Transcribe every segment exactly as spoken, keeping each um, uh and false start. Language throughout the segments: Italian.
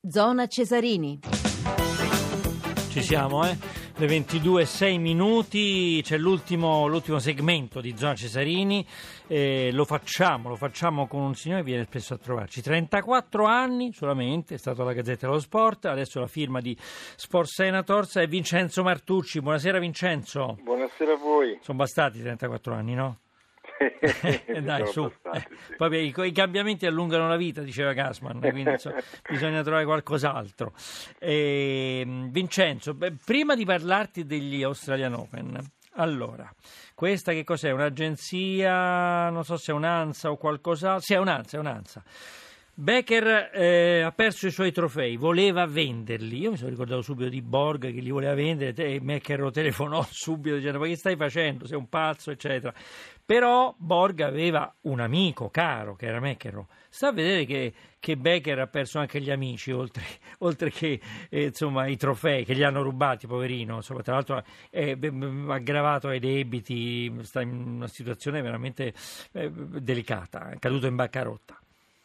Zona Cesarini. Ci siamo, eh? Le ventidue e sei minuti, c'è l'ultimo, l'ultimo segmento di Zona Cesarini, eh, lo facciamo, lo facciamo con un signore che viene spesso a trovarci, trentaquattro anni solamente, è stato alla Gazzetta dello Sport, adesso la firma di Sport Senators è Vincenzo Martucci. Buonasera Vincenzo. Buonasera a voi. Sono bastati trentaquattro anni, no? Dai, su. Bastati, eh, sì. Poi i, i cambiamenti allungano la vita, diceva Gassman, quindi insomma, bisogna trovare qualcos'altro. E, Vincenzo, beh, prima di parlarti degli Australian Open, allora, questa che cos'è? Un'agenzia, non so se è un'ANSA o qualcos'altro? Sì, è un'ANSA, è un'ANSA. Becker eh, ha perso i suoi trofei, voleva venderli. Io mi sono ricordato subito di Borg che li voleva vendere e Becker lo telefonò subito dicendo: ma che stai facendo? Sei un pazzo, eccetera. Però Borg aveva un amico caro che era McEnroe. Sta a vedere che, che Becker ha perso anche gli amici, oltre, oltre che eh, insomma, i trofei che gli hanno rubati, poverino. Insomma, tra l'altro è aggravato ai debiti, sta in una situazione veramente eh, delicata, è caduto in bancarotta.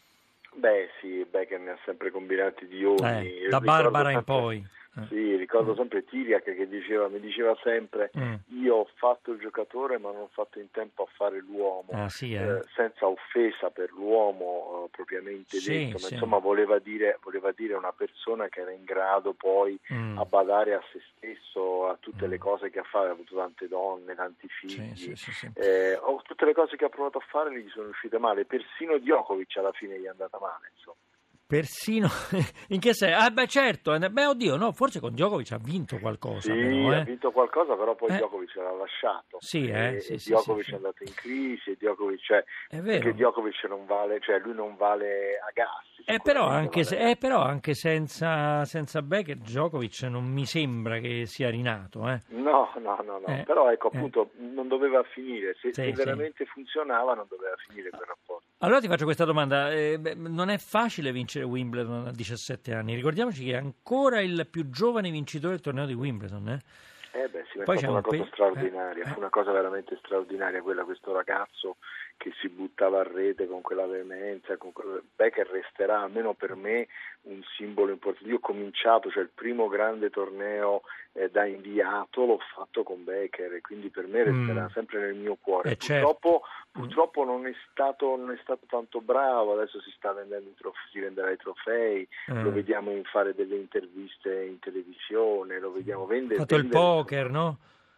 Beh sì, Becker ne ha sempre combinati di ogni. Eh, da Barbara in poi. Eh. Sì, ricordo sempre Tiriac che diceva, mi diceva sempre mm. io ho fatto il giocatore ma non ho fatto in tempo a fare l'uomo, ah, sì, eh. eh, senza offesa per l'uomo eh, propriamente sì, detto, ma sì. insomma voleva dire, voleva dire una persona che era in grado poi mm. a badare a se stesso, a tutte mm. le cose che ha fatto, ha avuto tante donne, tanti figli, sì, sì, sì, sì. Eh, oh, tutte le cose che ha provato a fare gli sono uscite male, persino Djokovic alla fine gli è andata male, insomma. Persino in che senso? Ah beh certo, beh oddio no, forse con Djokovic ha vinto qualcosa. Sì, però, eh. ha vinto qualcosa, però poi eh. Djokovic l'ha lasciato. Sì, eh, e, sì, e sì, Djokovic sì, è sì. andato in crisi, e Djokovic, cioè, è vero. perché Djokovic non vale, cioè lui non vale Agassi. Eh, però anche, vale se, eh, però anche senza, senza Becker Djokovic non mi sembra che sia rinato. Eh. No, no, no, no. Eh, però ecco eh. appunto non doveva finire, se, sì, se veramente sì. funzionava non doveva finire quel rapporto. Allora ti faccio questa domanda, eh, beh, non è facile vincere Wimbledon a diciassette anni, ricordiamoci che è ancora il più giovane vincitore del torneo di Wimbledon. Eh? Eh beh sì, è Poi stata una un cosa pe- straordinaria, eh, eh. fu una cosa veramente straordinaria quella, questo ragazzo che si buttava a rete con quella veemenza, con quella... Becker resterà almeno per me un simbolo importante. Io ho cominciato, cioè il primo grande torneo eh, da inviato l'ho fatto con Becker e quindi per me resterà mm. sempre nel mio cuore. Eh, purtroppo certo. purtroppo non è stato non è stato tanto bravo, adesso si sta vendendo i trofei, si venderà i trofei, mm. lo vediamo in fare delle interviste in televisione, lo vediamo vendere. Ha fatto il poker, no?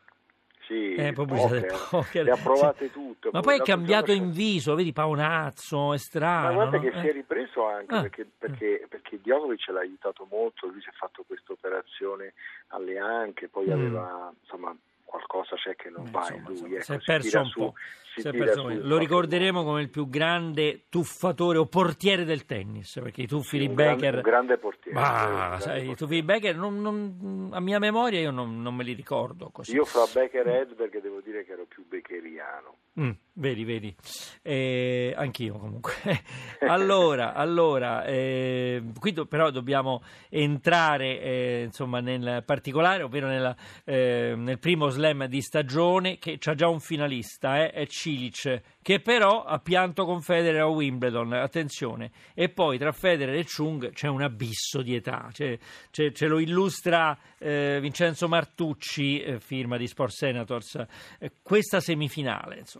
Sì, eh, il poker, poker, poker. le ha provate sì. tutte. Ma poi è cambiato giorno... in viso, vedi Paonazzo, è strano. Ma guarda no? che eh? si è ripreso anche ah. perché, perché, perché Djokovic l'ha aiutato molto, lui si è fatto questa operazione alle anche, poi mm. aveva insomma qualcosa c'è che non Beh, va insomma, in lui, insomma, ecco, si è si perso tira un su, po'. si Si è tira perso su un... in Lo ricorderemo modo. come il più grande tuffatore o portiere del tennis, perché i tuffi Sì, di un Becker... Grande, un grande portiere. Bah, un grande sai, portiere. i tuffi di Becker, non, non, a mia memoria io non, non me li ricordo così. Io fra Becker e Edberg devo dire che ero più beckeriano. Mm, vedi, vedi, eh, anch'io comunque. allora, allora eh, qui do, però dobbiamo entrare eh, insomma nel particolare, ovvero nella, eh, nel primo slam di stagione che c'ha già un finalista, eh, è Cilic, che però ha pianto con Federer a Wimbledon, attenzione, e poi tra Federer e Chung c'è un abisso di età, c'è, c'è, ce lo illustra eh, Vincenzo Martucci, eh, firma di Sport Senators, eh, questa semifinale, insomma.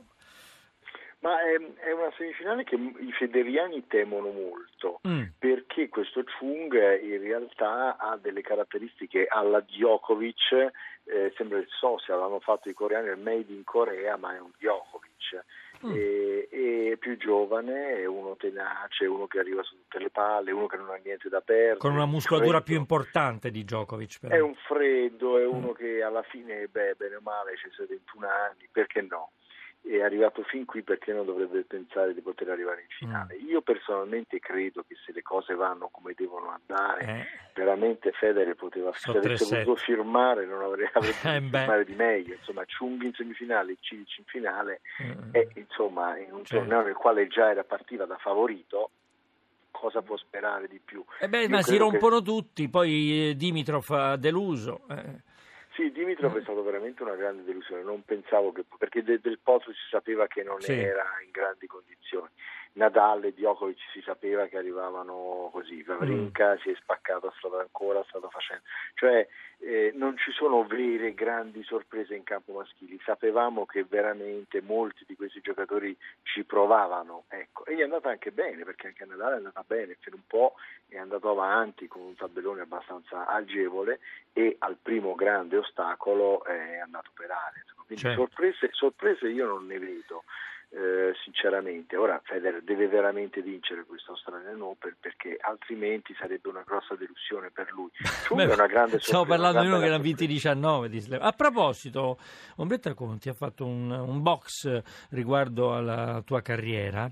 Ma è, è una semifinale che i federiani temono molto, mm. perché questo Chung in realtà ha delle caratteristiche alla Djokovic, eh, sembra il social, l'hanno fatto i coreani, è made in Corea, ma è un Djokovic. Mm. E, è più giovane, è uno tenace, uno che arriva su tutte le palle, uno che non ha niente da perdere. Con una muscolatura freddo. più importante di Djokovic. Però. È un freddo, è uno mm. che alla fine, beh, bene o male, c'è ventuno anni, perché no? È arrivato fin qui, perché non dovrebbe pensare di poter arrivare in finale. Mm. Io personalmente credo che se le cose vanno come devono andare, eh. veramente Federer poteva, se avesse voluto firmare non avrebbe, avrebbe eh potuto firmare di meglio. Insomma, Chung in semifinale, Cilic in finale, mm. e insomma in un certo. torneo nel quale già era partiva da favorito, cosa può sperare di più? Eh beh, ma si rompono che... tutti, poi Dimitrov ha deluso. Eh. Sì, Dimitrov è stato veramente una grande delusione, non pensavo che, perché de, del Potro si sapeva che non sì. era in grandi condizioni. Nadal e Djokovic si sapeva che arrivavano così, Wawrinka mm. si è spaccato a strada ancora, strada facendo, cioè eh, non ci sono vere grandi sorprese in campo maschile, sapevamo che veramente molti di questi giocatori ci provavano, ecco, e gli è andata anche bene, perché anche a Nadal è andata bene, per un po' è andato avanti con un tabellone abbastanza agevole e al primo grande ostacolo è andato per aria, quindi cioè. sorprese, sorprese io non ne vedo. Eh, sinceramente, ora Federer deve veramente vincere questo Australian Open, perché altrimenti sarebbe una grossa delusione per lui. Beh, è una grande sorpresa. Stiamo parlando di uno che ne ha vinti diciannove di slam. A proposito, Ombretta Conti ha fatto un, un box riguardo alla tua carriera,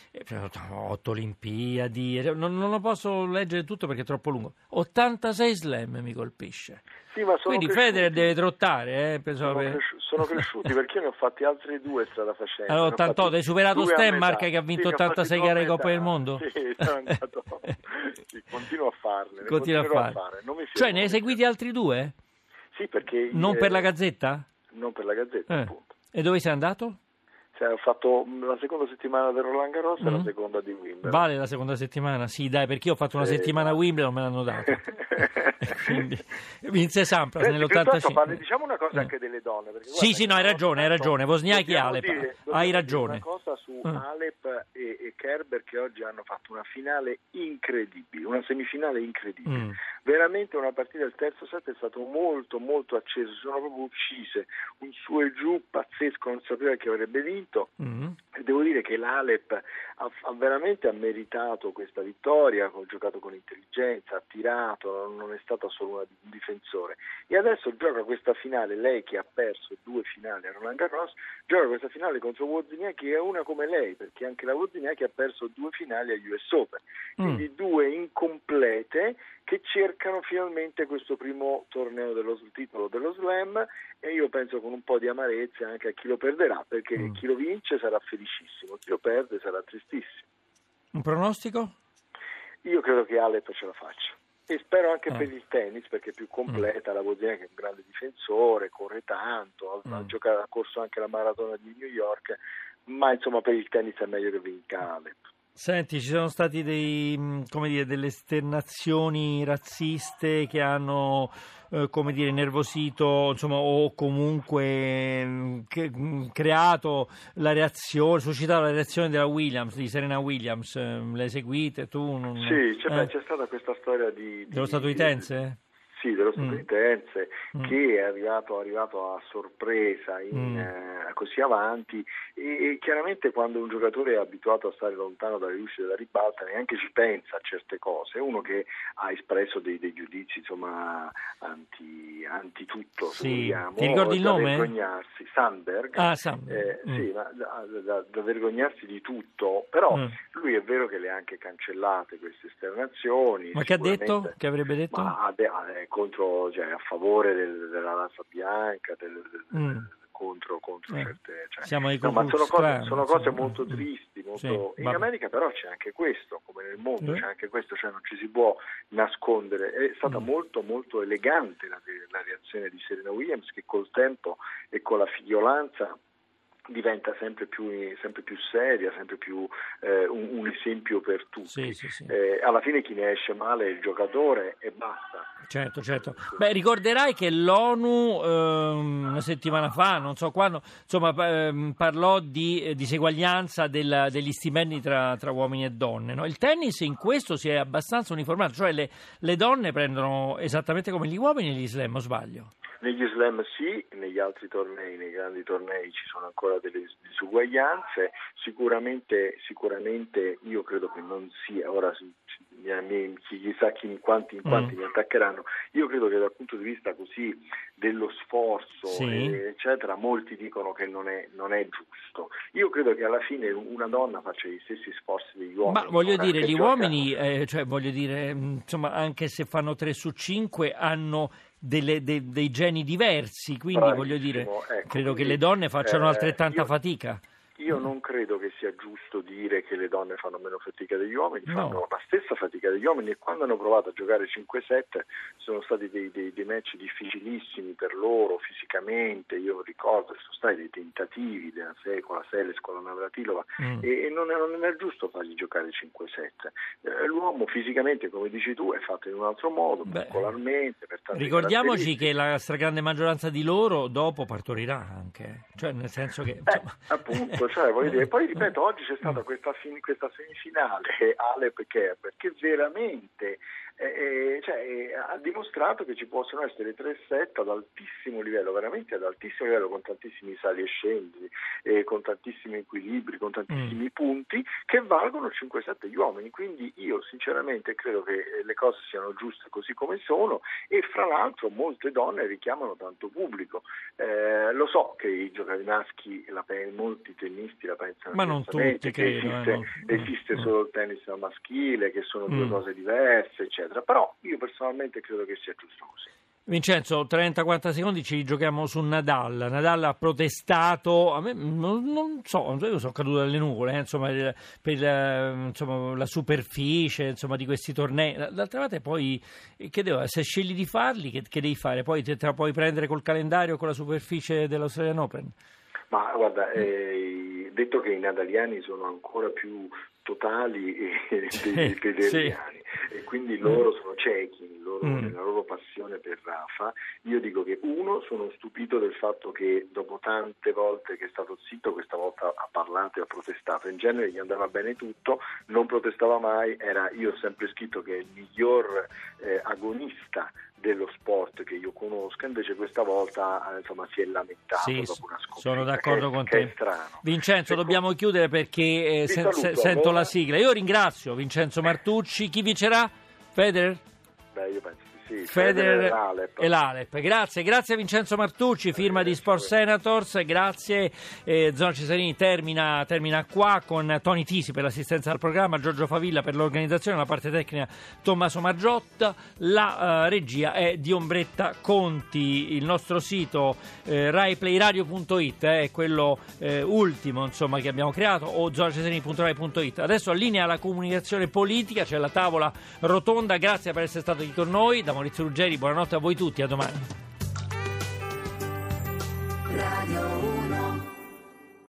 otto Olimpiadi, non, non lo posso leggere tutto perché è troppo lungo. ottantasei slam mi colpisce. Sì, ma sono Quindi cresciuti. Federer deve trottare, eh? sono, per... cresci- sono cresciuti perché io ne ho fatti altri due strada facendo. Allora, ottantotto, hai superato Stenmark che ha vinto sì, ottantasei gare di Coppa del Mondo? Sì, sono andato. Sì, continuo a farne. Continua a fare. A fare. Non mi Cioè ne hai seguiti altri due? Sì, perché... Non eh, per la Gazzetta? Non per la Gazzetta, eh. appunto. E dove sei andato? Cioè, ho fatto la seconda settimana del Roland Garros mm. e la seconda di Wimbledon. Vale la seconda settimana? Sì, dai, perché io ho fatto una eh, settimana a Wimbledon, me l'hanno dato. Quindi vinse Sampras nell'ottantacinque. Parli, diciamo una cosa eh. anche delle donne. Perché, sì, guarda, sì, no, hai ragione, hai ragione. Wozniacki e Alep, dire, hai ragione. Una cosa su mm. Alep e, e Kerber, che oggi hanno fatto una finale incredibile, una semifinale incredibile. Mm. Veramente una partita, il terzo set è stato molto molto acceso, si sono proprio uccise, un su e giù pazzesco, non sapeva chi avrebbe vinto. Mm. E devo dire che l'Alep ha, ha veramente ha meritato questa vittoria, ha giocato con intelligenza, ha tirato, non è stata solo un difensore. E adesso gioca questa finale, lei che ha perso due finali a Roland Garros, gioca questa finale contro Wozniacki, che è una come lei, perché anche la Wozniacki ha perso due finali agli U S Open, quindi mm. due incomplete che cercano finalmente questo primo torneo dello titolo dello Slam, e io penso con un po' di amarezza anche a chi lo perderà, perché mm. chi lo vince sarà felicissimo, chi lo perde sarà tristissimo. Un pronostico? Io credo che Alep ce la faccia. E spero anche eh. per il tennis, perché è più completa, mm. la Wozniacki è un grande difensore, corre tanto, ha, mm. giocato, ha corso anche la maratona di New York, ma insomma per il tennis è meglio che vinca Alep. Senti, ci sono stati dei, come dire, delle esternazioni razziste che hanno, eh, come dire, nervosito, insomma, o comunque che, creato la reazione, suscitato la reazione della Williams, di Serena Williams. Le seguite tu? Non... Sì, c'è, eh? c'è stata questa storia di... di dello statunitense? Sì, dello statunitense, mm. che è arrivato, arrivato a sorpresa in, mm. eh, così avanti, e, e chiaramente quando un giocatore è abituato a stare lontano dalle luci della ribalta neanche ci pensa a certe cose. È uno che ha espresso dei, dei giudizi insomma anti, anti tutto, se sì. vogliamo. Ti ricordi il da nome? vergognarsi, Sandberg, ah, Sandberg. Eh, mm. sì, ma da, da, da vergognarsi di tutto, però mm. lui è vero che le ha anche cancellate queste esternazioni. Ma che ha detto? Che avrebbe detto? Ma, contro, cioè, a favore del, della razza bianca, del, del, mm. contro, contro eh. certe... Cioè, Siamo ai no, ma sono cose, sono cose insomma. molto tristi, molto... Sì, in America però c'è anche questo, come nel mondo mm. c'è anche questo, cioè non ci si può nascondere. È stata mm. molto molto elegante la, la reazione di Serena Williams, che col tempo e con la violenza diventa sempre più, sempre più seria, sempre più eh, un, un esempio per tutti. Sì, sì, sì. Eh, alla fine chi ne esce male è il giocatore e basta. Certo, certo. Beh, ricorderai che l'ONU ehm, una settimana fa, non so quando, insomma, ehm, parlò di eh, diseguaglianza del, degli stipendi tra, tra uomini e donne. No? Il tennis in questo si è abbastanza uniformato, cioè le, le donne prendono esattamente come gli uomini negli slam, o sbaglio? Negli slam sì, negli altri tornei, nei grandi tornei ci sono ancora delle disuguaglianze, sicuramente, sicuramente io credo che non sia, ora chissà chi, in quanti, in quanti mm. mi attaccheranno, io credo che dal punto di vista così dello sforzo sì. eccetera, molti dicono che non è, non è giusto. Io credo che alla fine una donna faccia gli stessi sforzi degli uomini. Ma voglio dire, gli gioca... uomini, eh, cioè voglio dire, insomma, anche se fanno tre su cinque hanno Delle, de, dei geni diversi, quindi Bravissimo, voglio dire, ecco, credo quindi, che le donne facciano eh, altrettanta io, fatica. Io non credo che sia giusto dire che le donne fanno meno fatica degli uomini, fanno No. la stessa fatica degli uomini, e quando hanno provato a giocare cinque sette sono stati dei, dei, dei match difficilissimi per loro fisicamente. Io ricordo che sono stati dei tentativi della Se- con la Seles, con la Navratilova, Mm. e, e non, è, non è giusto fargli giocare cinque sette. Eh, l'uomo fisicamente, come dici tu, è fatto in un altro modo, Beh, muscolarmente, per tante ricordiamoci che caratteristiche. la stragrande maggioranza di loro dopo partorirà anche, cioè nel senso che... Eh, insomma- appunto, cioè, voglio dire, poi ripeto, oggi c'è stata questa, fin- questa semifinale Alep Kerber, che veramente eh, cioè, eh, ha dimostrato che ci possono essere tre set ad altissimo livello, veramente ad altissimo livello, con tantissimi sali e scendi, eh, con tantissimi equilibri, con tantissimi mm. punti, che valgono cinque sette gli uomini. Quindi io sinceramente credo che le cose siano giuste così come sono, e fra l'altro molte donne richiamano tanto pubblico. Eh, lo so che i giocatori maschi, la pe- molti tennisti la pensano, ma non tutti, che credo, esiste, eh, no. esiste mm. solo il tennis maschile, che sono due mm. cose diverse, eccetera. Però io personalmente credo che sia giusto così. Vincenzo, trenta quaranta secondi ci giochiamo su Nadal. Nadal ha protestato, a me non, non so, io sono caduto dalle nuvole, eh, insomma, per, per insomma, la superficie, insomma, di questi tornei. D'altra parte poi, che devo, se scegli di farli, che, che devi fare? Poi te, te la puoi prendere col calendario, con la superficie dell'Australian Open? Ma guarda, eh, detto che i nadaliani sono ancora più totali dei federaliani, sì. E quindi loro sono ciechi loro, mm. nella loro passione per Rafa. Io dico che uno, sono stupito del fatto che dopo tante volte che è stato zitto, questa volta ha parlato e ha protestato. In genere gli andava bene tutto, non protestava mai, era, io ho sempre scritto che è il miglior eh, agonista dello sport che io conosca, invece questa volta eh, insomma si è lamentato sì, dopo una sconfitta. Sono d'accordo che, con che te. È strano. Vincenzo, ecco, dobbiamo chiudere perché eh, sen- saluto, sento allora. la sigla. Io ringrazio Vincenzo Martucci. Chi vincerà? Federer? Beh, io penso di sì. Federer, Federer e l'Alep. e l'Alep. Grazie, grazie a Vincenzo Martucci, firma di Sport Senators. Grazie. Eh, Zona Cesarini termina, termina qua con Tony Tisi per l'assistenza al programma, Giorgio Favilla per l'organizzazione, la parte tecnica Tommaso Maggiotta, la uh, regia è di Ombretta Conti. Il nostro sito eh, rai play radio punto it eh, è quello eh, ultimo insomma che abbiamo creato, o zona cesarini punto rai punto it. Adesso allinea la comunicazione politica, c'è la tavola rotonda. Grazie per essere stati con noi. Da Maurizio Ruggeri, buonanotte a voi tutti, a domani. Radio uno